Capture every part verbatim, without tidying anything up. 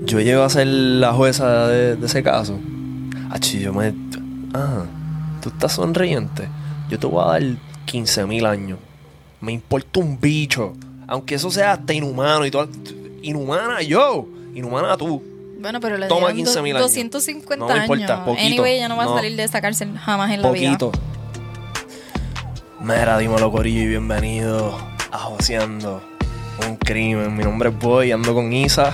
yo llego a ser la jueza de, de ese caso. Achi, yo me... Ah, tú estás sonriente. Yo te voy a dar quince mil años. Me importa un bicho. Aunque eso sea hasta inhumano y todo. Inhumana yo. Inhumana tú. Bueno, pero le Toma dieron quince mil años. doscientos cincuenta No me importa, años. poquito. Anyway, ella no va No. a salir de esa cárcel jamás en la Poquito. vida. Mira, dímelo, corillo, y bienvenido a Joseando un crimen. Mi nombre es Boy, ando con Isa.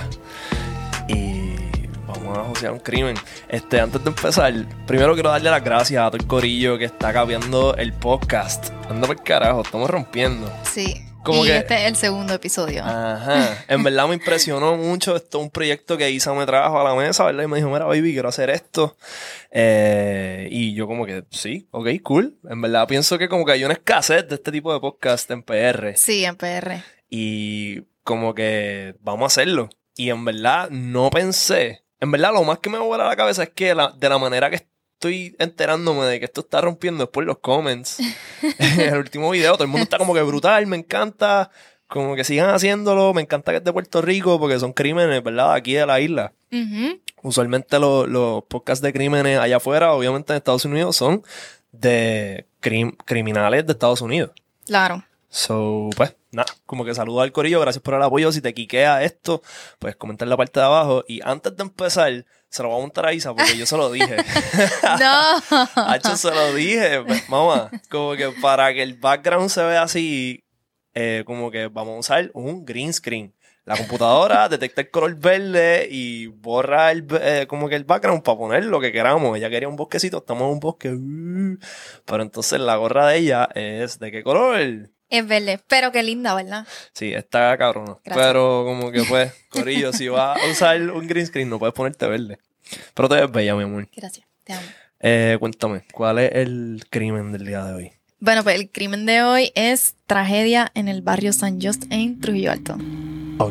Y vamos a josear un crimen. Este, antes de empezar, primero quiero darle las gracias a todo el corillo que está capeando el podcast. Anda por carajo, estamos rompiendo. Sí. Como y que- este es el segundo episodio. Ajá. En verdad me impresionó mucho. Esto es un proyecto que Isa me trajo a la mesa, ¿verdad? Y me dijo, mira, baby, quiero hacer esto. Eh, y yo como que, sí, ok, cool. En verdad pienso que como que hay una escasez de este tipo de podcast en P R. Sí, en P R. Y como que vamos a hacerlo. Y en verdad no pensé. En verdad lo más que me vuela la cabeza es que la- de la manera que estoy enterándome de que esto está rompiendo es por los comments. En el último video todo el mundo está como que brutal, me encanta. Como que sigan haciéndolo. Me encanta que es de Puerto Rico porque son crímenes, ¿verdad? Aquí de la isla. Ujú. Usualmente los, los podcasts de crímenes allá afuera, obviamente en Estados Unidos, son de crim- criminales de Estados Unidos. Claro. So, pues, nada, como que saludo al corillo, gracias por el apoyo. Si te quiquea esto, pues comenta en la parte de abajo. Y antes de empezar, se lo voy a montar a Isa porque yo se lo dije. No. Hacho, se lo dije, pues, mamá. Como que para que el background se vea así, eh, como que vamos a usar un green screen. La computadora detecta el color verde y borra el, eh, como que el background para poner lo que queramos. Ella quería un bosquecito, estamos en un bosque. uh, Pero entonces la gorra de ella es ¿de qué color? Es verde. Pero qué linda, ¿verdad? Sí, está cabrón. Gracias. Pero como que pues, corillo, si vas a usar un green screen no puedes ponerte verde. Pero te ves bella, mi amor. Gracias. Te amo. Eh, cuéntame, ¿cuál es el crimen del día de hoy? Bueno, pues el crimen de hoy es tragedia en el barrio San Just en Trujillo Alto. Ok.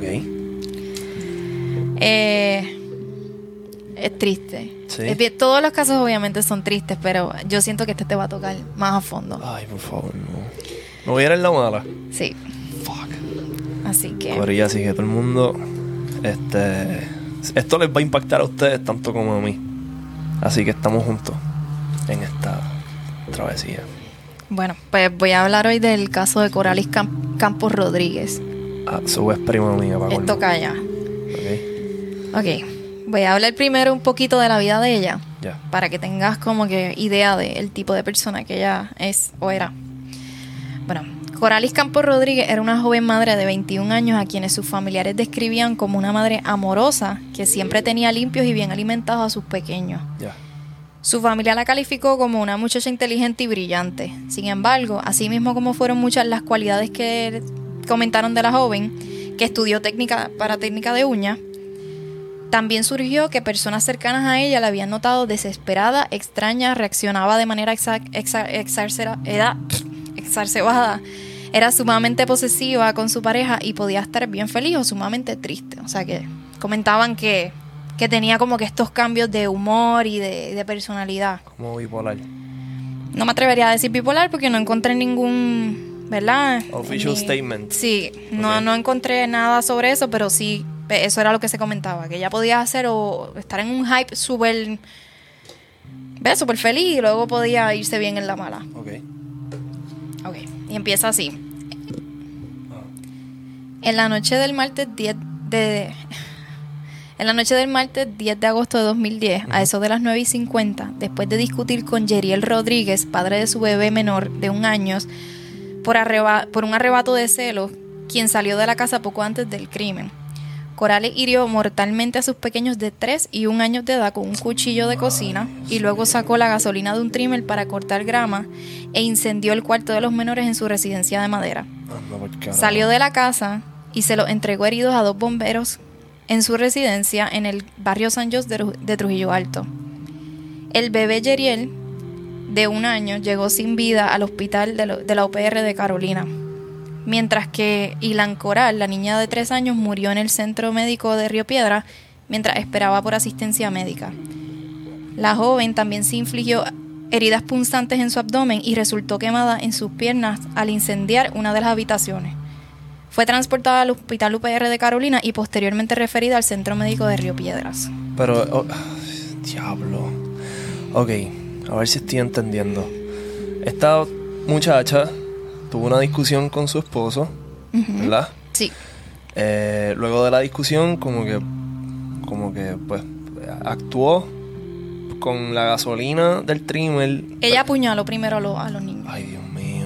Eh, es triste. Sí. Es bien- todos los casos obviamente son tristes, pero yo siento que este te va a tocar más a fondo. Ay, por favor, no. No voy a ir en la mala. Sí. Fuck. Así que... Corillo, así que todo el mundo, este, esto les va a impactar a ustedes tanto como a mí. Así que estamos juntos en esta travesía. Bueno, pues voy a hablar hoy del caso de Coralis Cam- Campos Rodríguez. Ah, su es prima mía, para Esto colmo. calla. Ok, Ok. Voy a hablar primero un poquito de la vida de ella, ya. para que tengas como que idea del tipo de persona que ella es o era. Bueno, Coralis Campos Rodríguez era una joven madre de veintiún años a quienes sus familiares describían como una madre amorosa que siempre tenía limpios y bien alimentados a sus pequeños. Ya. Su familia la calificó como una muchacha inteligente y brillante. Sin embargo, así mismo como fueron muchas las cualidades que comentaron de la joven, que estudió técnica para técnica de uñas, también surgió que personas cercanas a ella la habían notado desesperada, extraña, reaccionaba de manera exa- exa- exarcera- era, exacerbada, era sumamente posesiva con su pareja y podía estar bien feliz o sumamente triste. O sea que comentaban que, que tenía como que estos cambios de humor y de, de personalidad. Como bipolar. No me atrevería a decir bipolar porque no encontré ningún, ¿verdad? Official Ni- statement. Sí, no, Ok. no encontré nada sobre eso, pero sí, pe- eso era lo que se comentaba, que ella podía hacer o estar en un hype súper, ¿ves? Súper feliz y luego podía irse bien en la mala. Ok. Ok, y empieza así. En la noche del martes diez de... En la noche del martes diez de agosto de dos mil diez, a eso de las nueve y cincuenta, después de discutir con Yeriel Rodríguez, padre de su bebé menor de un año, por, arreba- por un arrebato de celos, quien salió de la casa poco antes del crimen. Coralis hirió mortalmente a sus pequeños de tres y un años de edad con un cuchillo de cocina y luego sacó la gasolina de un trimmer para cortar grama e incendió el cuarto de los menores en su residencia de madera. Anda por carajo. Salió de la casa y se los entregó heridos a dos bomberos en su residencia en el barrio San José de, Ru- de Trujillo Alto. El bebé Yeriel, de un año, llegó sin vida al hospital de, lo- de la U P R de Carolina, mientras que Ilan Coral, la niña de tres años, murió en el centro médico de Río Piedra mientras esperaba por asistencia médica. La joven también se infligió heridas punzantes en su abdomen y resultó quemada en sus piernas al incendiar una de las habitaciones. Fue transportada al Hospital U P R de Carolina y posteriormente referida al Centro Médico de Río Piedras. Pero, oh, diablo. Ok, a ver si estoy entendiendo. Esta muchacha tuvo una discusión con su esposo, uh-huh. ¿verdad? Sí. Eh, luego de la discusión, como que, como que, pues, actuó con la gasolina del trimmer. Ella apuñaló primero a, lo, a los niños. Ay, Dios mío.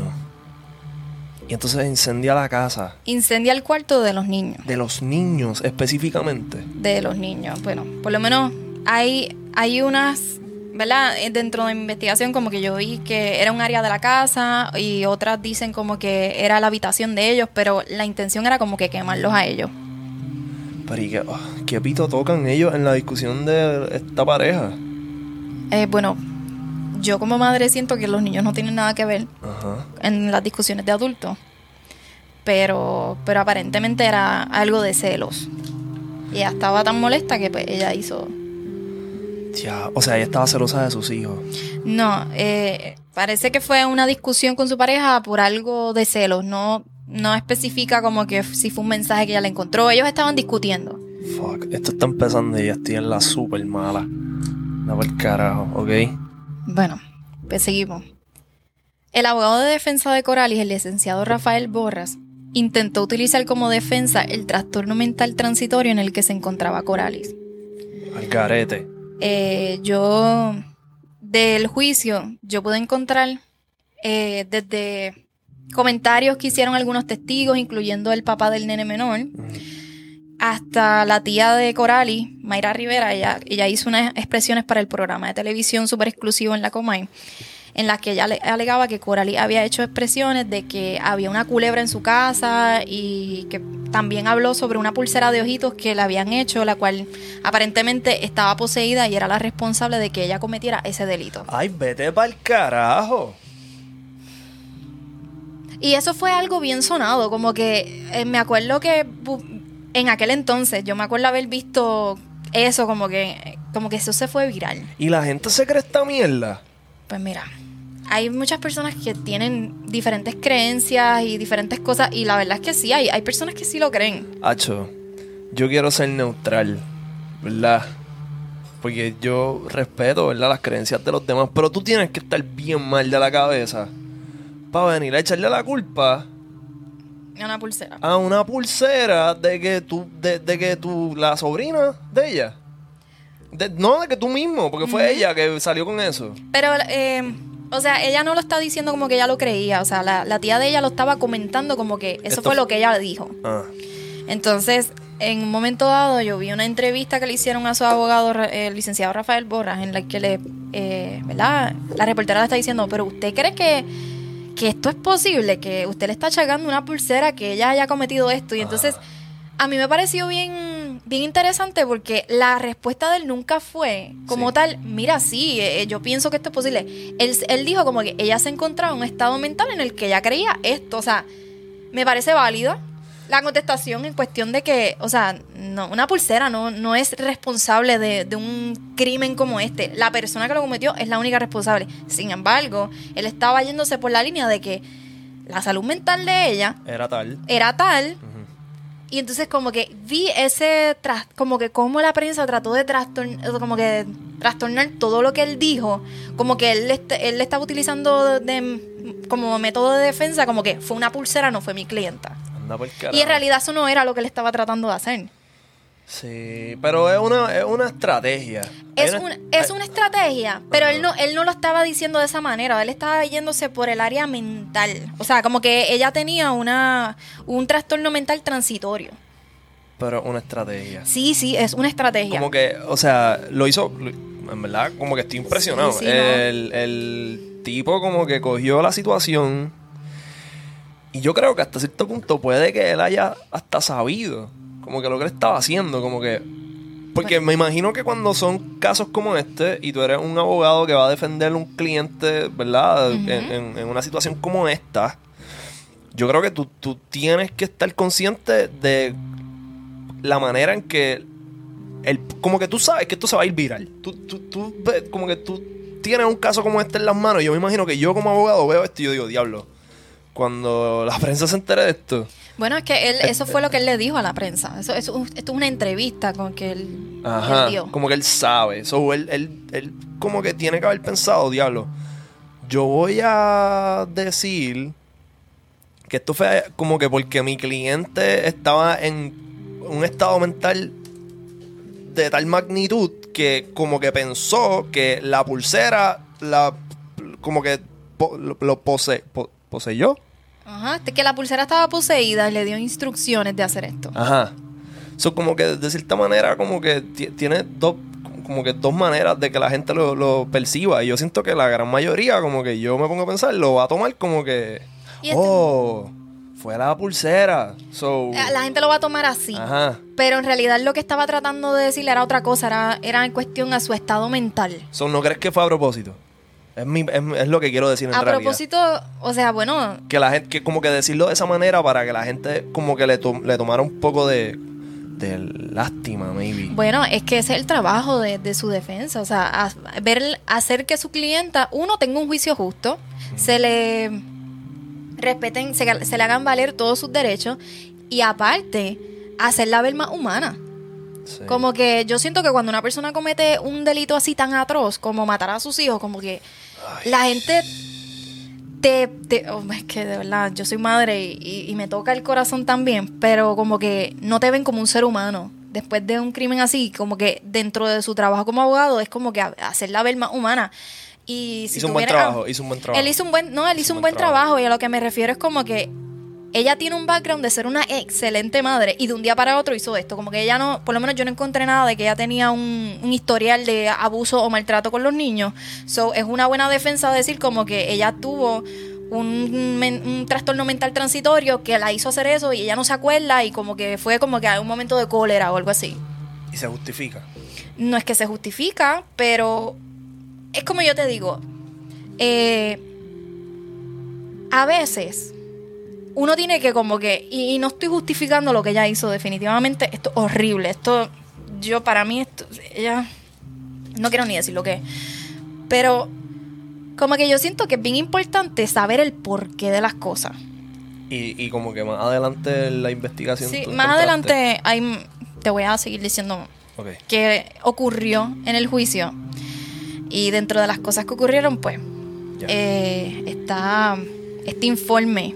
Y entonces incendia la casa. Incendia el cuarto de los niños. De los niños, específicamente. De los niños. Bueno, por lo menos hay, hay unas, ¿verdad? Dentro de mi investigación como que yo vi que era un área de la casa y otras dicen como que era la habitación de ellos, pero la intención era como que quemarlos a ellos. Pero ¿y qué, oh, qué pito tocan ellos en la discusión de esta pareja? Eh, bueno, yo como madre siento que los niños no tienen nada que ver Ajá. en las discusiones de adultos. Pero, pero aparentemente era algo de celos. Y ella estaba tan molesta que pues ella hizo... Ya, o sea, ella estaba celosa de sus hijos. No, eh, parece que fue una discusión con su pareja por algo de celos. No, no especifica como que si fue un mensaje que ella le encontró. Ellos estaban discutiendo. Fuck, esto está empezando y ya estoy en la súper mala. No por el carajo, ¿ok? Bueno, pues seguimos. El abogado de defensa de Coralis, el licenciado Rafael Borras, intentó utilizar como defensa el trastorno mental transitorio en el que se encontraba Coralis. Al garete. Eh, yo, del juicio, yo pude encontrar eh, desde comentarios que hicieron algunos testigos, incluyendo el papá del nene menor, mm. hasta la tía de Coralis, Mayra Rivera. Ella, ella hizo unas expresiones para el programa de televisión súper exclusivo en la Comay, en las que ella alegaba que Coralis había hecho expresiones de que había una culebra en su casa y que también habló sobre una pulsera de ojitos que le habían hecho, la cual aparentemente estaba poseída y era la responsable de que ella cometiera ese delito. ¡Ay, vete pa'l carajo! Y eso fue algo bien sonado, como que eh, me acuerdo que en aquel entonces, yo me acuerdo haber visto eso, como que, como que eso se fue viral. ¿Y la gente se cree esta mierda? Pues mira, hay muchas personas que tienen diferentes creencias y diferentes cosas, y la verdad es que sí, hay, hay personas que sí lo creen. Acho, yo quiero ser neutral, ¿verdad? Porque yo respeto, ¿verdad?, las creencias de los demás, pero tú tienes que estar bien mal de la cabeza para venir a echarle la culpa a una pulsera. A una pulsera de que tú, de, de que tú, la sobrina de ella. De, no, de que tú mismo, porque fue uh-huh. ella que salió con eso. Pero, eh, o sea, ella no lo está diciendo como que ella lo creía. O sea, la, la tía de ella lo estaba comentando como que eso Esto fue lo que ella dijo. Ah. Entonces, en un momento dado, yo vi una entrevista que le hicieron a su abogado, el licenciado Rafael Borras, en la que le, eh, ¿verdad? La reportera le está diciendo, pero ¿usted cree que, que esto es posible? Que usted le está achacando una pulsera que ella haya cometido esto. Y entonces, ah. a mí me pareció bien, bien interesante porque la respuesta de él nunca fue como sí. tal, mira, sí, eh, yo pienso que esto es posible. Él, él dijo como que ella se encontraba en un estado mental en el que ella creía esto. O sea, me parece válida la contestación en cuestión de que, o sea, no, una pulsera no, no es responsable de, de un crimen como este. La persona que lo cometió es la única responsable. Sin embargo, él estaba yéndose por la línea de que la salud mental de ella era tal. Era tal. Uh-huh. Y entonces como que vi ese, tras, como que como la prensa trató de trastornar, como que trastornar todo lo que él dijo, como que él, este, él estaba utilizando de, de, como método de defensa, como que fue una pulsera, no fue mi clienta. Y en realidad eso no era lo que él estaba tratando de hacer. Sí, pero es una, es una estrategia. Es una, una, es una estrategia, pero uh-huh. él no él no lo estaba diciendo de esa manera. Él estaba yéndose por el área mental. O sea, como que ella tenía una un trastorno mental transitorio. Pero una estrategia. Sí, sí, es una estrategia. Como que, o sea, lo hizo, en verdad, como que estoy impresionado. Sí, sí, el, no. el tipo como que cogió la situación. Y yo creo que hasta cierto punto puede que él haya hasta sabido como que lo que él estaba haciendo, como que... Porque me imagino que cuando son casos como este y tú eres un abogado que va a defender a un cliente, ¿verdad? Uh-huh. En, en, en una situación como esta, yo creo que tú, tú tienes que estar consciente de la manera en que... El, como que tú sabes que esto se va a ir viral. Tú, tú, tú, como que tú tienes un caso como este en las manos. Yo me imagino que yo como abogado veo esto y yo digo, diablo... Cuando la prensa se entere de esto. Bueno, es que él, eso fue lo que él le dijo a la prensa. Eso, eso, esto es una entrevista con que él, Ajá, él dio. como que él sabe. So, él, él, él como que tiene que haber pensado, diablo, yo voy a decir que esto fue como que porque mi cliente estaba en un estado mental de tal magnitud que como que pensó que la pulsera la como que po, lo, lo pose, po, poseyó. Ajá, que la pulsera estaba poseída y le dio instrucciones de hacer esto. Ajá. Eso como que de cierta manera como que t- tiene dos como que dos maneras de que la gente lo, lo perciba. Y yo siento que la gran mayoría, como que yo me pongo a pensar, lo va a tomar como que Y este- oh, fue la pulsera. So, Eh, La gente lo va a tomar así. ajá. Pero en realidad lo que estaba tratando de decirle era otra cosa, era, era en cuestión a su estado mental. So, ¿no crees que fue a propósito? Es, mi, es, es lo que quiero decir en A realidad. propósito, o sea, bueno, Que la gente, que como que decirlo de esa manera para que la gente como que le, to- le tomara un poco de, de lástima, maybe. bueno, es que ese es el trabajo de, de su defensa. O sea, a- ver, hacer que su clienta, uno, tenga un juicio justo, se le respeten, se, se le hagan valer todos sus derechos y aparte, hacerla ver más humana. Sí. Como que yo siento que cuando una persona comete un delito así tan atroz como matar a sus hijos, como que Ay. la gente te... te oh, es que de verdad, yo soy madre y, y- y me toca el corazón también, pero como que no te ven como un ser humano. Después de un crimen así, como que dentro de su trabajo como abogado es como que a- hacerla ver más humana. Y si hizo tú un buen vienes a- trabajo, hizo un buen trabajo. Él hizo un buen, no, él hizo un buen trabajo y a lo que me refiero es como que ella tiene un background de ser una excelente madre y de un día para otro hizo esto. Como que ella no, por lo menos yo no encontré nada de que ella tenía un, un historial de abuso o maltrato con los niños. So, es una buena defensa decir como que ella tuvo un, men- un trastorno mental transitorio que la hizo hacer eso y ella no se acuerda y como que fue como que a un momento de cólera o algo así. Y se justifica. No es que se justifica, pero es como yo te digo, eh, a veces uno tiene que como que, y, y no estoy justificando lo que ella hizo, definitivamente esto es horrible, esto, yo para mí, esto, ella, no quiero ni decir lo que es, pero como que yo siento que es bien importante saber el porqué de las cosas. Y, y como que más adelante en la investigación. Sí, tú más encontraste- adelante hay, te voy a seguir diciendo Ok. qué ocurrió en el juicio. Y dentro de las cosas que ocurrieron, pues, Ya. eh, está este informe.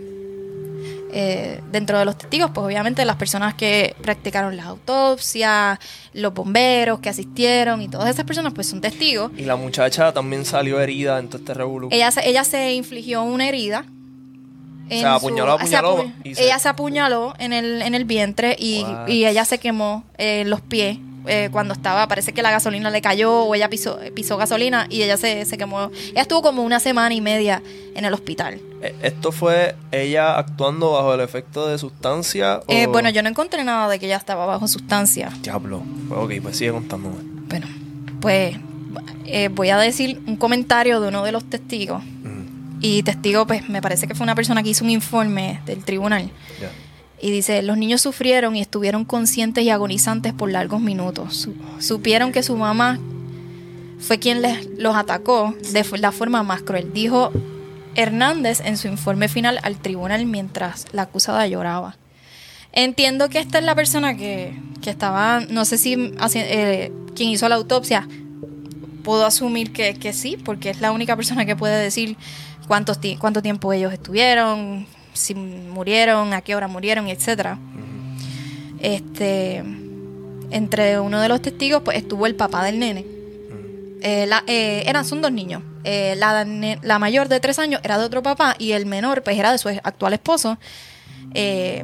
Eh, dentro de los testigos, pues obviamente las personas que practicaron las autopsias, los bomberos que asistieron y todas esas personas, pues son testigos. Y la muchacha también salió herida en todo este revolú. Ella se, ella se infligió una herida. O sea, apuñaló, se apuñaló apu- y se- Ella se apuñaló en el, en el vientre y, What? y ella se quemó eh, los pies eh, cuando estaba, parece que la gasolina le cayó o ella pisó, pisó gasolina y ella se, se quemó. Ella estuvo como una semana y media en el hospital. Eh, ¿Esto fue ella actuando bajo el efecto de sustancia? O... Eh, bueno, yo no encontré nada de que ella estaba bajo sustancia. Diablo. Pues ok, pues sigue contándome. Bueno, pues eh, voy a decir un comentario de uno de los testigos. Ujú. Y testigo, pues me parece que fue una persona que hizo un informe del tribunal. Ya. Y dice, los niños sufrieron y estuvieron conscientes y agonizantes por largos minutos. Su- supieron que su mamá fue quien les, los atacó de fu- la forma más cruel. Dijo Hernández en su informe final al tribunal mientras la acusada lloraba. Entiendo que esta es la persona que, que estaba, no sé si haci- eh, quien hizo la autopsia, puedo asumir que, que sí, porque es la única persona que puede decir cuántos ti- cuánto tiempo ellos estuvieron, si murieron, a qué hora murieron, etcétera. Ujú. Este, entre uno de los testigos, pues estuvo el papá del nene. Ujú. Eh, la- eh, eran, son dos niños. Eh, la, ne- la mayor de tres años era de otro papá y el menor, pues era de su actual esposo. Eh,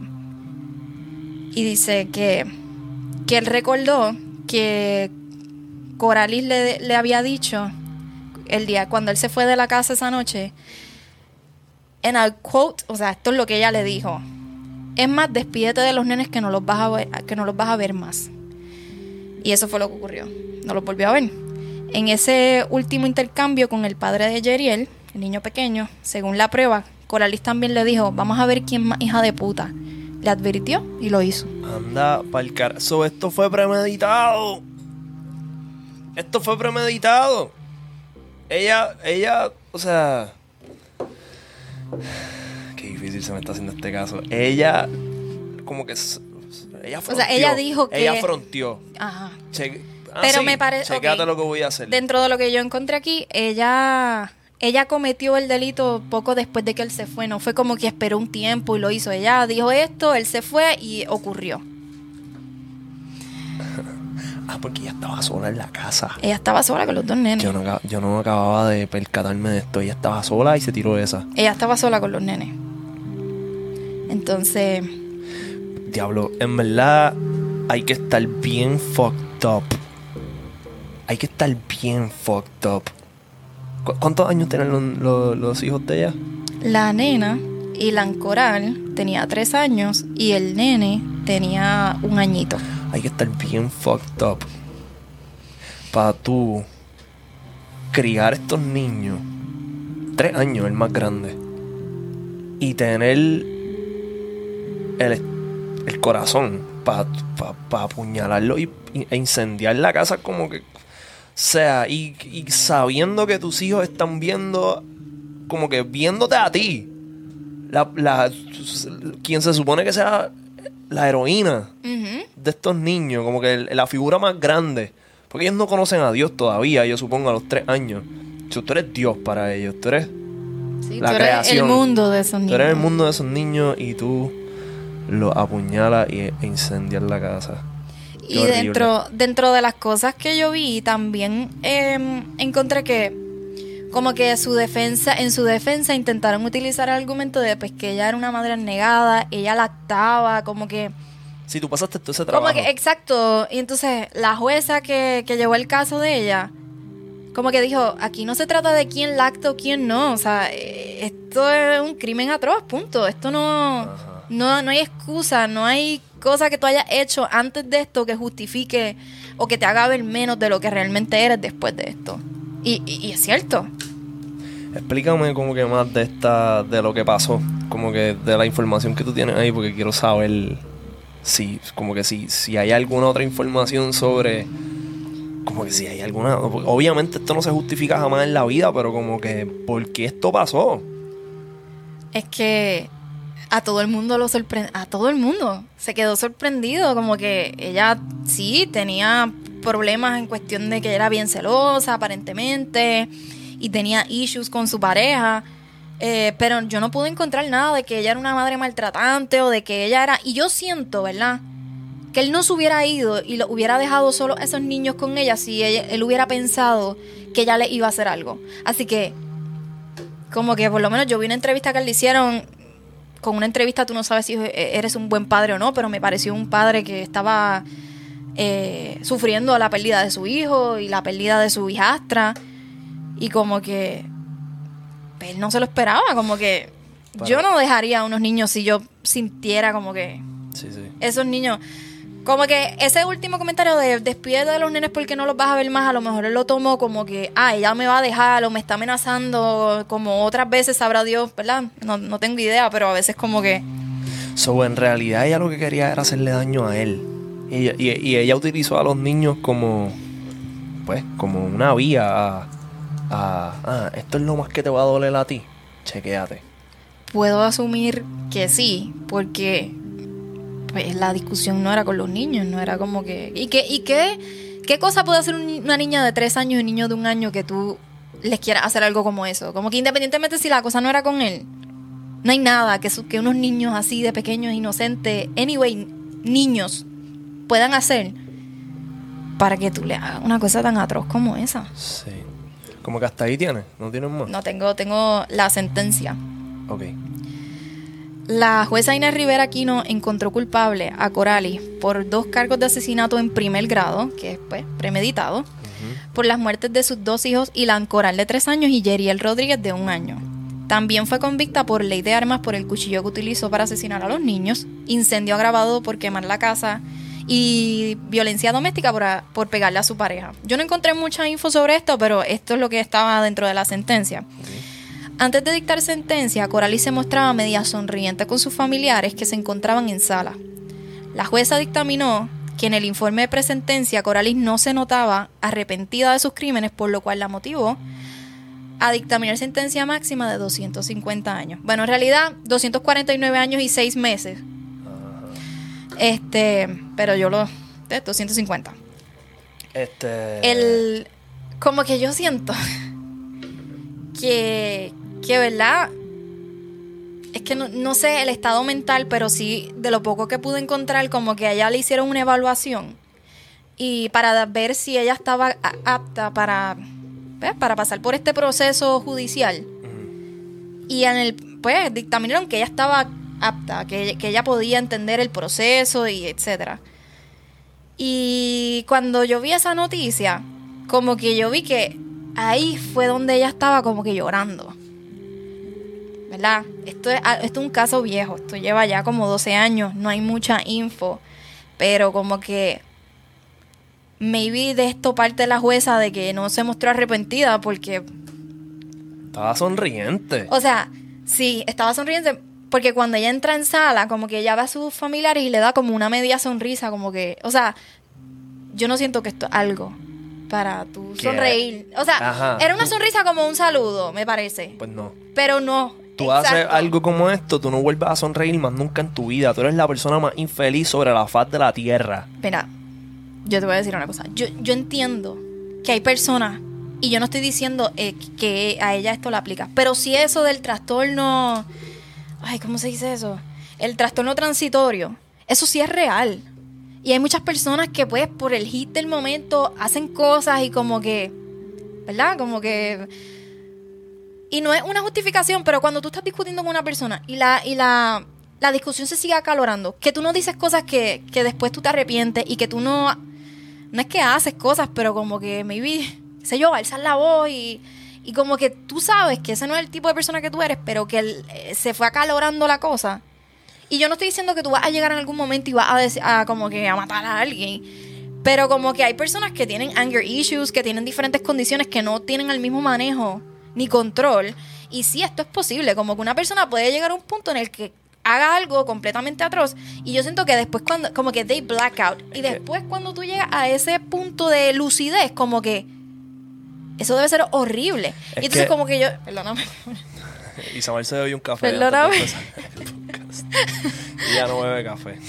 y dice que, que él recordó que Coralis le, le había dicho el día cuando él se fue de la casa esa noche, en el quote, o sea, esto es lo que ella le dijo: es más, despídete de los nenes que no los vas a ver, que no los vas a ver más. Y eso fue lo que ocurrió. No los volvió a ver. En ese último intercambio con el padre de Yeriel, el niño pequeño, según la prueba, Coralis también le dijo: vamos a ver quién más hija de puta. Le advirtió y lo hizo. Anda pa'l cara. So, esto fue premeditado. Esto fue premeditado. Ella, ella, o sea... Qué difícil se me está haciendo este caso. Ella como que ella fronteó. O sea, ella dijo que... Ella fronteó. Ajá. Che... Ah, Pero sí, me parece... Checate okay. lo que voy a hacer. Dentro de lo que yo encontré aquí, ella... Ella cometió el delito poco después de que él se fue. No fue como que esperó un tiempo y lo hizo. Ella dijo esto, él se fue y ocurrió. Ah, porque ella estaba sola en la casa. Ella estaba sola con los dos nenes. Yo no, yo no acababa de percatarme de esto. Ella estaba sola y se tiró esa. Ella estaba sola con los nenes. Entonces... Diablo, en verdad hay que estar bien fucked up. Hay que estar bien fucked up. ¿Cu- ¿Cuántos años tienen los, los, los hijos de ella? La nena, Ilan Coral, tenía tres años y el nene tenía un añito. Hay que estar bien fucked up para tú criar estos niños, tres años el más grande, y tener el, el corazón para pa, pa apuñalarlo y, y, e incendiar la casa como que sea, y, y sabiendo que tus hijos están viendo, como que viéndote a ti, la, la, quien se supone que sea la heroína Uh-huh. de estos niños, como que el- la figura más grande, porque ellos no conocen a Dios todavía, yo supongo a los tres años. Si tú eres Dios para ellos, tú eres Sí, la tú eres creación. el mundo de esos Tú niños. eres el mundo de esos niños y tú los apuñalas y, e incendias la casa. Qué Y horrible. dentro, dentro de las cosas que yo vi, también eh, encontré que como que su defensa, en su defensa intentaron utilizar el argumento de pues que ella era una madre negada, ella lactaba, como que, Si tú pasaste todo ese trabajo. como que, exacto. Y entonces la jueza que, que llevó el caso de ella, como que dijo, aquí no se trata de quién lacta o quién no, o sea, eh, esto es un crimen atroz, punto. Esto no, Ajá. no, no hay excusa, no hay cosa que tú hayas hecho antes de esto que justifique o que te haga ver menos de lo que realmente eres después de esto. Y, y, y es cierto. Explícame como que más de esta, de lo que pasó, como que de la información que tú tienes ahí, porque quiero saber si, como que si, si hay alguna otra información sobre, como que si hay alguna, obviamente esto no se justifica jamás en la vida, pero como que, ¿por qué esto pasó? Es que a todo el mundo lo sorprendió, a todo el mundo se quedó sorprendido, como que ella sí tenía problemas en cuestión de que era bien celosa aparentemente y tenía issues con su pareja, eh, pero yo no pude encontrar nada de que ella era una madre maltratante o de que ella era, y yo siento, ¿verdad?, que él no se hubiera ido y lo hubiera dejado solo a esos niños con ella si ella, él hubiera pensado que ella le iba a hacer algo. Así que como que por lo menos yo vi una entrevista que le hicieron. Con una entrevista tú no sabes si eres un buen padre o no, pero me pareció un padre que estaba eh, sufriendo la pérdida de su hijo y la pérdida de su hijastra, y como que él no se lo esperaba, como que Para. yo no dejaría a unos niños si yo sintiera como que Sí, sí. esos niños, como que ese último comentario de despídete de los nenes porque no los vas a ver más, a lo mejor él lo tomó como que, ah, ella me va a dejar o me está amenazando, como otras veces sabrá Dios, ¿verdad? No, no tengo idea, pero a veces como que... So, en realidad ella lo que quería era hacerle daño a él. Y ella, y, y ella utilizó a los niños como, pues, como una vía a, a, ah, esto es lo más que te va a doler a ti. Chequéate. Puedo asumir que sí, porque pues, la discusión no era con los niños, no era como que... ¿Y qué, y qué, qué cosa puede hacer un ni- una niña de tres años y un niño de un año que tú les quieras hacer algo como eso? Como que independientemente si la cosa no era con él, no hay nada que, su- que unos niños así de pequeños, inocentes, anyway, niños, puedan hacer para que tú le hagas una cosa tan atroz como esa. Sí. Como que hasta ahí tienes, ¿no tienes más? No, tengo, tengo la sentencia. Ok. La jueza Inés Rivera Aquino encontró culpable a Coralis por dos cargos de asesinato en primer grado, que es pues, premeditado, Ujú. por las muertes de sus dos hijos, Ilan Coral de tres años y Yeriel Rodríguez de un año. También fue convicta por ley de armas por el cuchillo que utilizó para asesinar a los niños, incendio agravado por quemar la casa y violencia doméstica por, a- por pegarle a su pareja. Yo no encontré mucha info sobre esto, pero esto es lo que estaba dentro de la sentencia. Antes de dictar sentencia, Coralis se mostraba media sonriente con sus familiares que se encontraban en sala. La jueza dictaminó que en el informe de presentencia Coralis no se notaba arrepentida de sus crímenes, por lo cual la motivó a dictaminar sentencia máxima de doscientos cincuenta años. Bueno, en realidad, doscientos cuarenta y nueve años y seis meses. Ajá. Este, pero yo lo... De doscientos cincuenta. Este... El... Como que yo siento que... Que, ¿verdad? Es que no, no sé el estado mental, pero sí, de lo poco que pude encontrar, como que a ella le hicieron una evaluación y para ver si ella estaba a- apta para, pues, para pasar por este proceso judicial. Ujú. Y en el, pues, dictaminaron que ella estaba apta, que, que ella podía entender el proceso y etcétera. Y cuando yo vi esa noticia, como que yo vi que ahí fue donde ella estaba como que llorando. ¿Verdad? Esto es, esto es un caso viejo, esto lleva ya como doce años, no hay mucha info, pero como que maybe de esto parte la jueza de que no se mostró arrepentida porque, Estaba sonriente. o sea, sí, estaba sonriente porque cuando ella entra en sala, como que ella ve a sus familiares y le da como una media sonrisa, como que, o sea, yo no siento que esto es algo para tú ¿Qué? sonreír. O sea, Ajá. era una sonrisa como un saludo, me parece, Pues no. pero no. Tú haces Exacto. algo como esto, tú no vuelves a sonreír más nunca en tu vida. Tú eres la persona más infeliz sobre la faz de la tierra. Mira, yo te voy a decir una cosa. Yo, yo entiendo que hay personas, y yo no estoy diciendo eh, que a ella esto le aplica, pero si eso del trastorno... Ay, ¿cómo se dice eso? El trastorno transitorio. Eso sí es real. Y hay muchas personas que, pues, por el hit del momento, hacen cosas y como que... ¿Verdad? Como que... Y no es una justificación, pero cuando tú estás discutiendo con una persona y la, y la, la discusión se sigue acalorando, que tú no dices cosas que, que después tú te arrepientes y que tú no... No es que haces cosas, pero como que maybe, qué sé yo, alzar la voz y, y como que tú sabes que ese no es el tipo de persona que tú eres, pero que el- eh, se fue acalorando la cosa. Y yo no estoy diciendo que tú vas a llegar en algún momento y vas a, dec- a como que a matar a alguien. Pero como que hay personas que tienen anger issues, que tienen diferentes condiciones, que no tienen el mismo manejo ni control. Y sí, esto es posible. Como que una persona puede llegar a un punto en el que haga algo completamente atroz. Y yo siento que después cuando, como que they black out. Y después cuando tú llegas a ese punto de lucidez, como que eso debe ser horrible. Es y entonces que- como que yo, perdóname. Isabel se bebió un café. Perdóname. antes de empezar el podcast. Y ya no bebe café.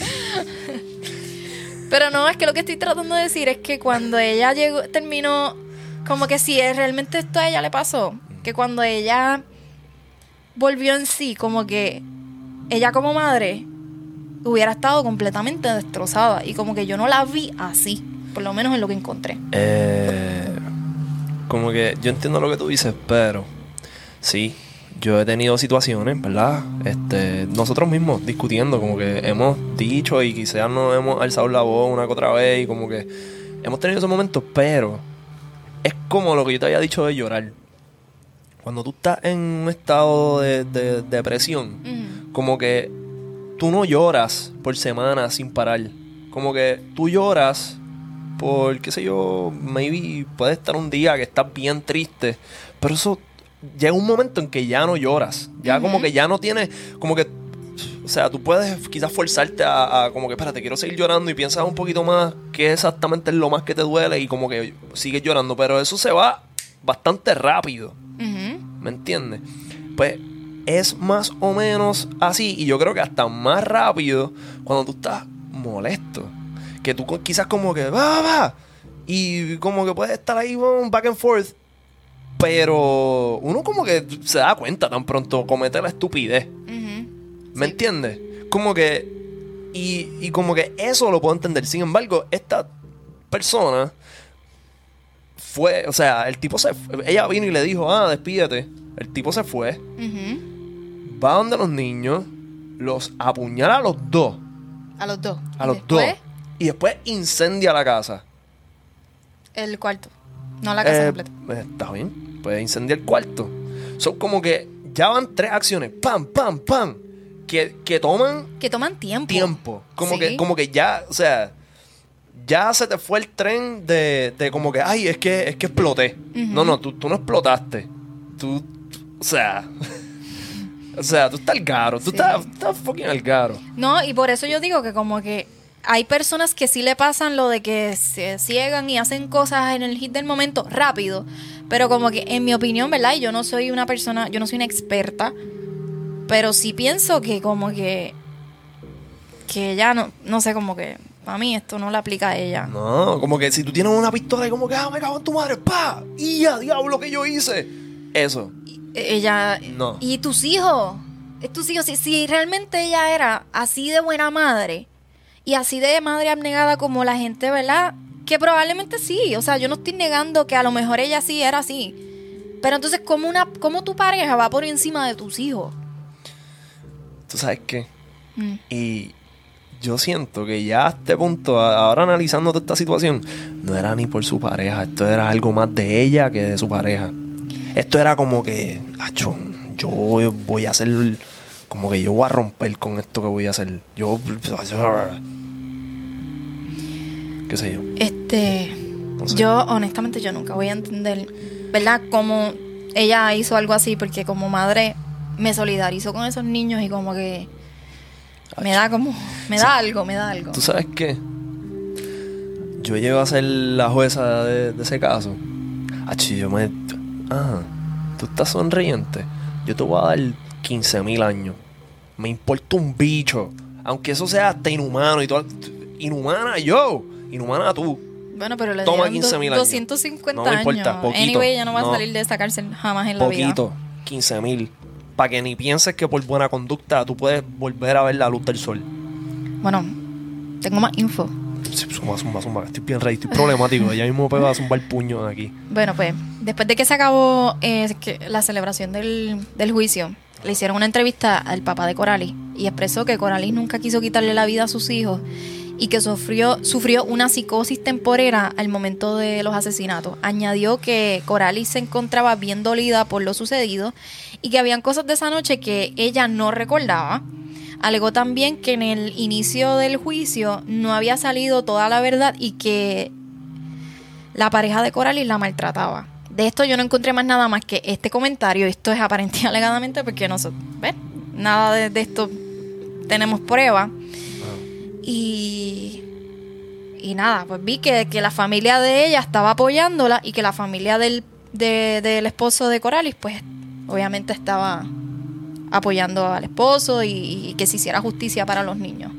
Pero no, es que lo que estoy tratando de decir es que cuando ella llegó, terminó, como que si es- realmente esto a ella le pasó, que cuando ella volvió en sí, como que ella como madre hubiera estado completamente destrozada y como que yo no la vi así, por lo menos en lo que encontré. Eh, como que yo entiendo lo que tú dices, pero sí, yo he tenido situaciones, ¿verdad? Este, nosotros mismos discutiendo, como que hemos dicho y quizás nos hemos alzado la voz una que otra vez y como que hemos tenido esos momentos, pero es como lo que yo te había dicho de llorar. Cuando tú estás en un estado de, de- de depresión, Ujú. como que tú no lloras por semanas sin parar. Como que tú lloras por, qué sé yo, maybe puede estar un día que estás bien triste, pero eso llega un momento en que ya no lloras. Ya Ujú. como que ya no tienes, como que, o sea, tú puedes quizás forzarte a, a como que, espérate, quiero seguir llorando y piensas un poquito más qué exactamente es lo más que te duele y como que sigues llorando, pero eso se va bastante rápido. Ujú. ¿Me entiendes? Pues es más o menos así. Y yo creo que hasta más rápido cuando tú estás molesto. Que tú co- quizás como que va, va. Y como que puedes estar ahí bon, back and forth. Pero uno como que se da cuenta tan pronto comete la estupidez. Ujú. ¿Me Sí. entiendes? Como que... Y, y como que eso lo puedo entender. Sin embargo, esta persona fue... O sea, el tipo se... Ella vino y le dijo, ah, despídete. El tipo se fue. Ujú. Va donde los niños. Los apuñala a los dos. A los dos. A Y los después, dos. Y después incendia la casa. el cuarto. No la casa Eh, completa. eh, Está bien. Pues incendia el cuarto. Son como que ya van tres acciones. Pam, pam, pam. Que, que toman Que toman tiempo. tiempo. Como, Sí. que, como que ya, o sea, ya se te fue el tren de, de como que, ay, es que, es que exploté. Ujú. No, no, tú, tú no explotaste. Tú, o sea, o sea, tú estás al garo. Tú Sí. estás, estás fucking al garo. No, y por eso yo digo que como que hay personas que sí le pasan lo de que se ciegan y hacen cosas en el hit del momento rápido, pero como que en mi opinión, ¿verdad? Y yo no soy una persona, yo no soy una experta, pero sí pienso que como que porque ella no, no sé, como que para mí esto no le aplica a ella. No, como que si tú tienes una pistola y como que, ah, me cago en tu madre, pa, y ya, diablo, que yo hice. Eso. Y- ella, No. y tus hijos, es tus hijos, si, si realmente ella era así de buena madre y así de madre abnegada como la gente, ¿verdad? Que probablemente sí, o sea, yo no estoy negando que a lo mejor ella sí era así. Pero entonces, ¿cómo, una, cómo tu pareja va por encima de tus hijos? ¿Tú sabes qué? Mm. Y yo siento que ya a este punto, a- ahora analizando toda esta situación, no era ni por su pareja, esto era algo más de ella que de su pareja. Esto era como que, acho, yo voy a hacer, como que yo voy a romper con esto que voy a hacer. Yo, qué sé yo. Este, No sé. yo honestamente yo nunca voy a entender, ¿verdad? Cómo ella hizo algo así, porque como madre me solidarizo con esos niños y como que me da como, me da algo, me da algo. ¿Tú sabes qué? Yo llego a ser la jueza de, de ese caso. Acho, yo me... Ah, tú estás sonriente. Yo te voy a dar quince mil años. Me importa un bicho. Aunque eso sea hasta inhumano y todo. Inhumana yo. Inhumana tú. Bueno, pero le Toma dieron quince mil años. doscientos cincuenta No me importa, años. poquito. Anyway, ella no va No. a salir de esa cárcel jamás en la vida. Poquito. quince mil. Para que ni pienses que por buena conducta tú puedes volver a ver la luz del sol. Bueno, tengo más info. Zumba, zumba, zumba. Estoy bien rey. Estoy problemático. Ya mismo me pego a zumbar el puño de aquí. Bueno, pues, después de que se acabó eh, que la celebración del, del juicio, le hicieron una entrevista al papá de Coralis y expresó que Coralis nunca quiso quitarle la vida a sus hijos y que sufrió, sufrió una psicosis temporera al momento de los asesinatos. Añadió que Coralis se encontraba bien dolida por lo sucedido y que habían cosas de esa noche que ella no recordaba. Alegó también que en el inicio del juicio no había salido toda la verdad y que la pareja de Coralis la maltrataba. De esto yo no encontré más nada más que este comentario. Esto es aparente y alegadamente porque no sé, ¿ves? Nada de, de esto tenemos prueba. Y, y nada, pues vi que, que la familia de ella estaba apoyándola y que la familia del, de, del esposo de Coralis, pues obviamente estaba apoyando al esposo y, y que se hiciera justicia para los niños.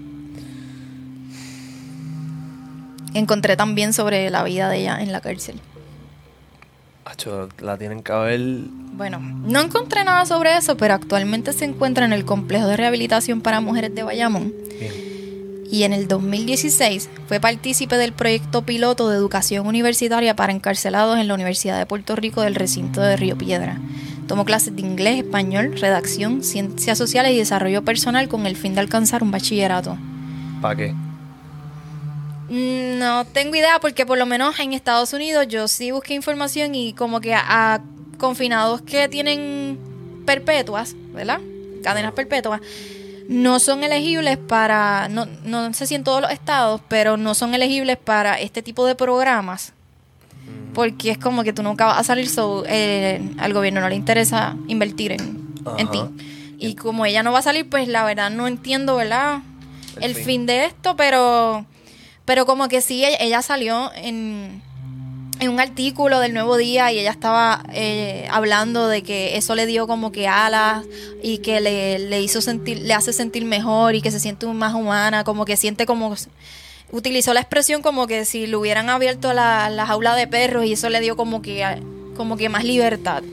Encontré también sobre la vida de ella en la cárcel. Acho, la tienen que haber... Bueno, no encontré nada sobre eso, pero actualmente se encuentra en el complejo de rehabilitación para mujeres de Bayamón. Bien. Y en el dos mil dieciséis fue partícipe del proyecto piloto de educación universitaria para encarcelados en la Universidad de Puerto Rico del recinto de Río Piedra. Tomó clases de inglés, español, redacción, ciencias sociales y desarrollo personal con el fin de alcanzar un bachillerato. ¿Para qué? Mm, No tengo idea porque por lo menos en Estados Unidos yo sí busqué información y como que a, a confinados que tienen perpetuas, ¿verdad? Cadenas perpetuas, no son elegibles para, no, no sé si en todos los estados, pero no son elegibles para este tipo de programas. Porque es como que tú nunca vas a salir, so, eh, al gobierno no le interesa invertir en, en ti. Y como ella no va a salir, pues la verdad no entiendo, ¿verdad? El, El fin. fin. de esto, pero pero como que sí, ella, ella salió en, en un artículo del Nuevo Día y ella estaba eh, hablando de que eso le dio como que alas y que le, le hizo sentir, le hace sentir mejor y que se siente más humana, como que siente como... Utilizó la expresión como que si le hubieran abierto la, la jaula de perros y eso le dio como que, como que más libertad.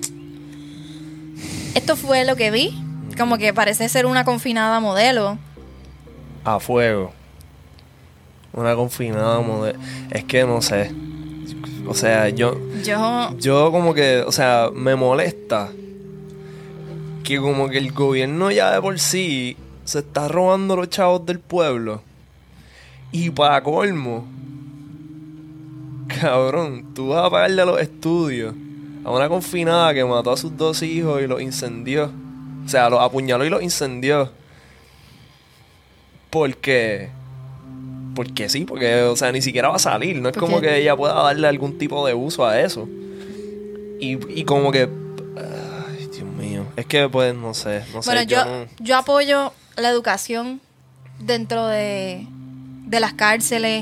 Esto fue lo que vi. Como que parece ser una confinada modelo. A fuego. Una confinada modelo. Es que no sé. O sea, yo... Yo... Yo como que... O sea, me molesta que como que el gobierno ya de por sí se está robando los chavos del pueblo. Y para colmo, cabrón, tú vas a pagarle a los estudios a una confinada que mató a sus dos hijos y los incendió. O sea, los apuñaló y los incendió. ¿Por qué? Porque sí, porque, o sea, ni siquiera va a salir. No es Porque- como que ella pueda darle algún tipo de uso a eso. Y, y como que... Ay, Dios mío. Es que, pues, no sé. No sé, Bueno, yo, no- yo apoyo la educación dentro de, de las cárceles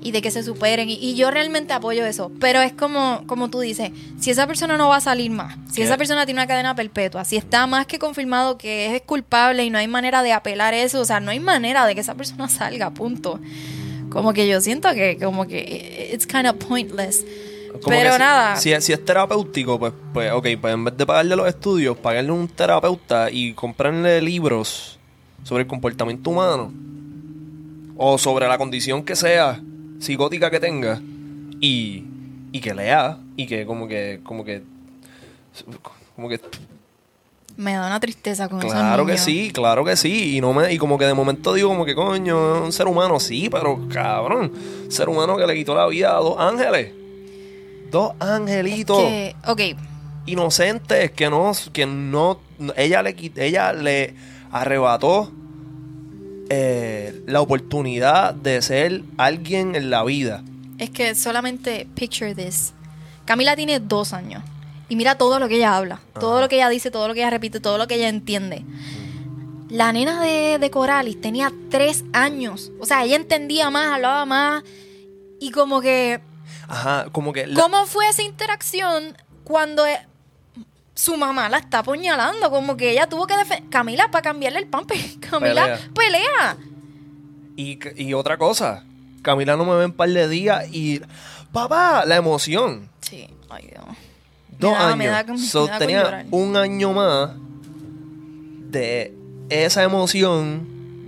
y de que se superen. Y, y yo realmente apoyo eso. Pero es como, como tú dices, si esa persona no va a salir más, si ¿Qué? esa persona tiene una cadena perpetua, si está más que confirmado que es culpable y no hay manera de apelar eso, o sea, no hay manera de que esa persona salga, punto. Como que yo siento que como que it's kind of pointless. Como Pero que si, nada. Si, es- si es terapéutico, pues, pues, ok, pues en vez de pagarle los estudios, pagarle un terapeuta y comprarle libros sobre el comportamiento humano o sobre la condición que sea psicótica que tenga y, y que lea y que como que, como que, como que, Me da una tristeza con esos claro que niños. sí, claro que sí. Y no me, y como que de momento digo como que coño, es un ser humano, sí, pero cabrón, ser humano que le quitó la vida a dos ángeles. Dos angelitos Que, ok, inocentes que no, que no, ella le quit- ella le arrebató eh, la oportunidad de ser alguien en la vida. es que solamente picture this. Camila tiene dos años. Y mira todo lo que ella habla. Todo Ajá. lo que ella dice, todo lo que ella repite, todo lo que ella entiende. La nena de, de Coralis tenía tres años. O sea, ella entendía más, hablaba más. Y como que... Ajá, como que la- ¿Cómo fue esa interacción cuando eh, su mamá la está apuñalando? Como que ella tuvo que defender... Camila, para cambiarle el pamper. Camila, Pelea. pelea. y, y otra cosa, Camila no me ve en par de días y papá, la emoción. Sí, ay Dios. Dos Me da- años. me da con- So, me da con tenía llorar. un año más de esa emoción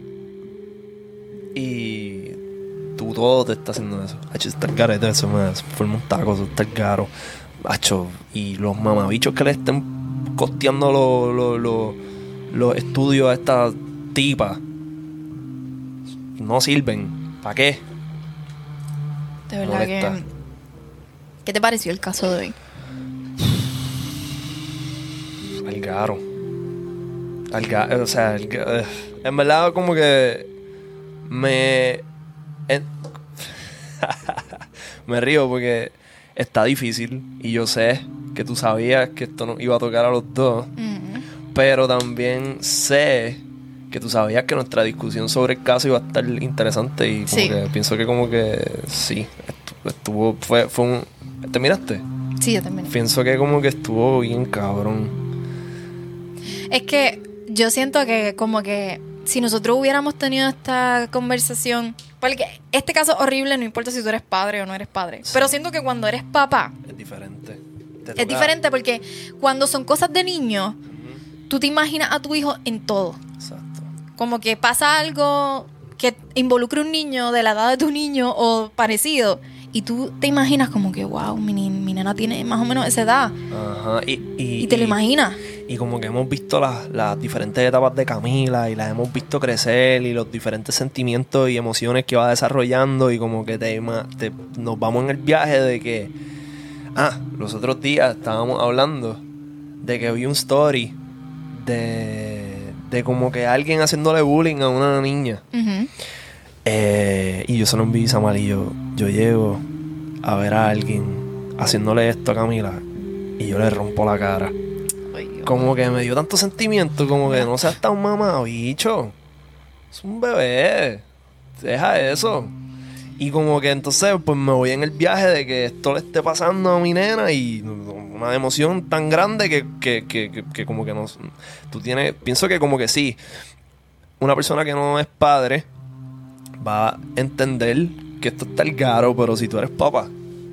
y tú todo te está haciendo eso. Hacho, está el garete, eso me forma un taco, eso está el garo. Hacho, y los mamabichos que le estén costeando los los- los- los estudios a esta tipa no sirven. ¿Para qué? De verdad Molesta. que... ¿Qué te pareció el caso de hoy? El garo. El ga- o sea, el ga- eh, en verdad como que me en- me río porque está difícil y yo sé que tú sabías que esto nos iba a tocar a los dos, Ujú. pero también sé que tú sabías que nuestra discusión sobre el caso iba a estar interesante y como Sí. que pienso que como que sí, estu- estuvo fue fue un ¿te miraste? Sí, yo también. Pienso que como que estuvo bien cabrón. Es que yo siento que como que si nosotros hubiéramos tenido esta conversación, porque este caso es horrible, no importa si tú eres padre o no eres padre, Sí. pero siento que cuando eres papá Es diferente. Te es toca- diferente porque cuando son cosas de niños, Ujú. tú te imaginas a tu hijo en todo. Exacto. Como que pasa algo que involucre a un niño de la edad de tu niño o parecido y tú te imaginas como que, wow, mi, ni- mi nena tiene más o menos esa edad Ajá. Y, y, y te lo y- imaginas. Y como que hemos visto las, las diferentes etapas de Camila y las hemos visto crecer y los diferentes sentimientos y emociones que va desarrollando y como que te, ima- te- nos vamos en el viaje de que... Ah, los otros días estábamos hablando de que vi un story de, de como que alguien haciéndole bullying a una niña. Ujú. Eh, y yo se lo envié a Samuel y yo, yo llego a ver a alguien haciéndole esto a Camila y yo le rompo la cara. Ay, Dios. Como que me dio tanto sentimiento, como que no seas tan mamá, bicho. Es un bebé. Deja eso. Y como que entonces pues me voy en el viaje de que esto le esté pasando a mi nena y una emoción tan grande que, que, que, que, que como que no... Tú tienes... Pienso que como que sí, una persona que no es padre va a entender que esto está el garo, pero si tú eres papá,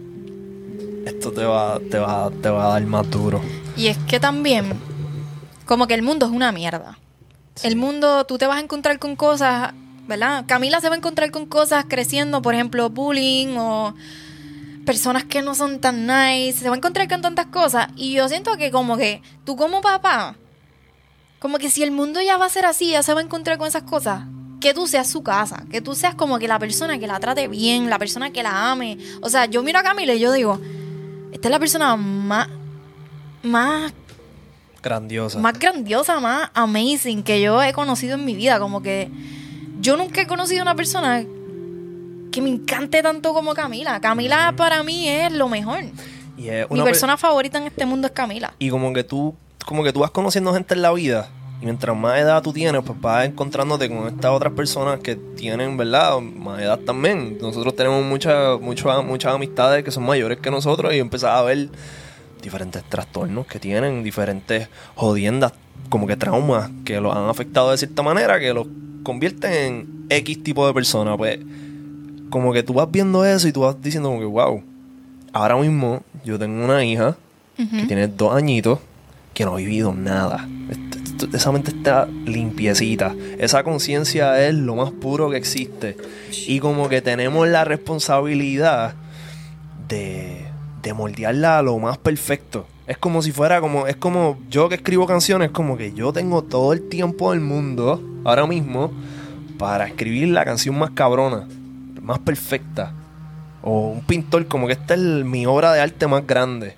esto te va, te va, te va a dar más duro. Y es que también, como que el mundo es una mierda. Sí. El mundo, tú te vas a encontrar con cosas, ¿verdad? Camila se va a encontrar con cosas creciendo, por ejemplo, bullying o personas que no son tan nice. Se va a encontrar con tantas cosas. Y yo siento que como que tú como papá, como que si el mundo ya va a ser así, ya se va a encontrar con esas cosas, que tú seas su casa, que tú seas como que la persona que la trate bien, la persona que la ame. O sea, yo miro a Camila y yo digo, esta es la persona más, más Grandiosa. más grandiosa, más amazing que yo he conocido en mi vida. Como que yo nunca he conocido una persona que me encante tanto como Camila. Camila para mí es lo mejor. Y es Mi una per- persona favorita en este mundo es Camila. Y como que tú, como que tú vas conociendo gente en la vida Y mientras más edad tú tienes, pues vas encontrándote con estas otras personas que tienen, ¿verdad?, más edad también. Nosotros tenemos muchas muchas muchas amistades que son mayores que nosotros y empezás a ver diferentes trastornos que tienen, diferentes jodiendas, como que traumas que los han afectado de cierta manera, que los convierten en X tipo de persona. Pues como que tú vas viendo eso y tú vas diciendo como que wow, ahora mismo yo tengo una hija uh-huh. que tiene dos añitos que no ha vivido nada. Esa mente está limpiecita. Esa conciencia es lo más puro que existe. Y como que tenemos la responsabilidad de, de moldearla a lo más perfecto. Es como si fuera como... Es como yo que escribo canciones, como que yo tengo todo el tiempo del mundo, ahora mismo, para escribir la canción más cabrona, más perfecta. O un pintor, como que esta es el, mi obra de arte más grande.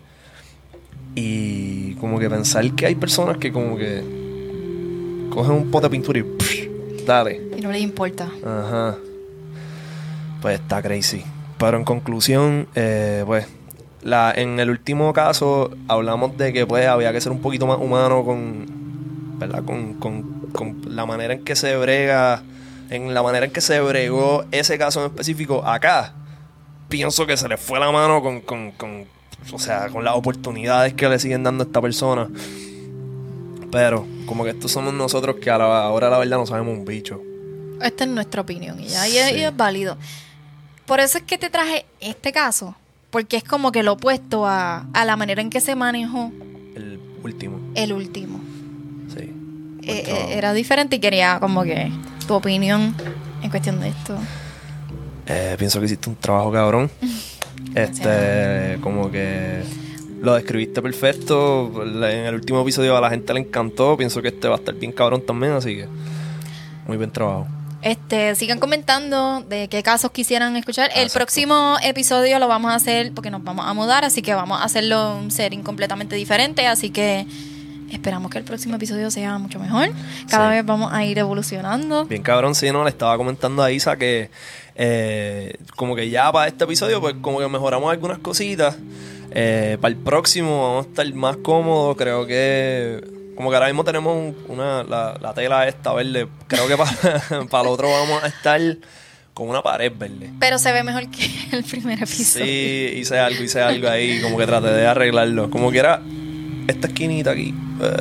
Y como que pensar que hay personas que como que cogen un pote de pintura y pff, dale. Y no les importa. Ajá. Pues está crazy. Pero en conclusión, eh, pues, la, en el último caso hablamos de que pues había que ser un poquito más humano con, ¿verdad? Con, con, con la manera en que se brega, en la manera en que se bregó ese caso en específico. Acá pienso que se le fue la mano con, con, con, o sea, con las oportunidades que le siguen dando a esta persona. Pero como que estos somos nosotros que ahora, ahora la verdad no sabemos un bicho. Esta es nuestra opinión y ya, Sí. y, es, y es válido. Por eso es que te traje este caso, porque es como que lo opuesto a, a la manera en que se manejó El último. el último. Sí. Eh, eh, era diferente y quería como que tu opinión en cuestión de esto. Eh, pienso que hiciste un trabajo cabrón. Este, como que lo describiste perfecto. En el último episodio a la gente le encantó. Pienso que este va a estar bien cabrón también, así que muy buen trabajo. Este, sigan comentando de qué casos quisieran escuchar. Ah, el exacto. próximo episodio lo vamos a hacer porque nos vamos a mudar, así que vamos a hacerlo un setting completamente diferente, así que esperamos que el próximo episodio sea mucho mejor. Cada Sí. vez vamos a ir evolucionando. Bien cabrón, sí, ¿no? Le estaba comentando a Isa que eh, como que ya para este episodio pues como que mejoramos algunas cositas. Eh, para el próximo vamos a estar más cómodos. Creo que como que ahora mismo tenemos un- una la, la tela esta verde. Creo que para, para el otro vamos a estar con una pared verde. Pero se ve mejor que el primer episodio. Sí, hice algo, hice algo ahí. Como que traté de arreglarlo. Como que era esta esquinita aquí.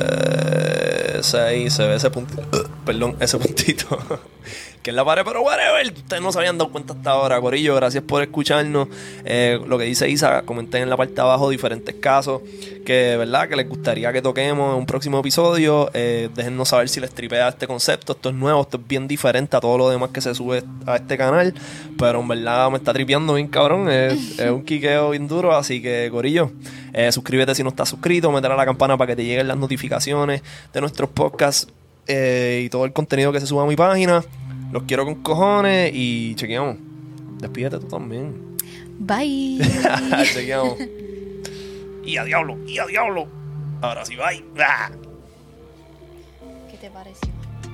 Eh, esa ahí se ve ese puntito. Perdón, ese puntito. Que es la pared, pero whatever. Ustedes no se habían dado cuenta hasta ahora, corillo. Gracias por escucharnos. Eh, lo que dice Isa, comenten en la parte de abajo diferentes casos que, ¿verdad?, que les gustaría que toquemos en un próximo episodio. Eh, déjennos saber si les tripea este concepto. Esto es nuevo, esto es bien diferente a todo lo demás que se sube a este canal. Pero en verdad me está tripeando bien cabrón. Es, es un quiqueo bien duro. Así que, corillo, eh, suscríbete si no estás suscrito. Meter a la campana para que te lleguen las notificaciones de nuestros podcasts eh, y todo el contenido que se suba a mi página. Los quiero con cojones y chequeamos. Despídete tú también. Bye. Chequeamos. Y a diablo, y a diablo. Ahora sí, bye. Ah. ¿Qué te pareció?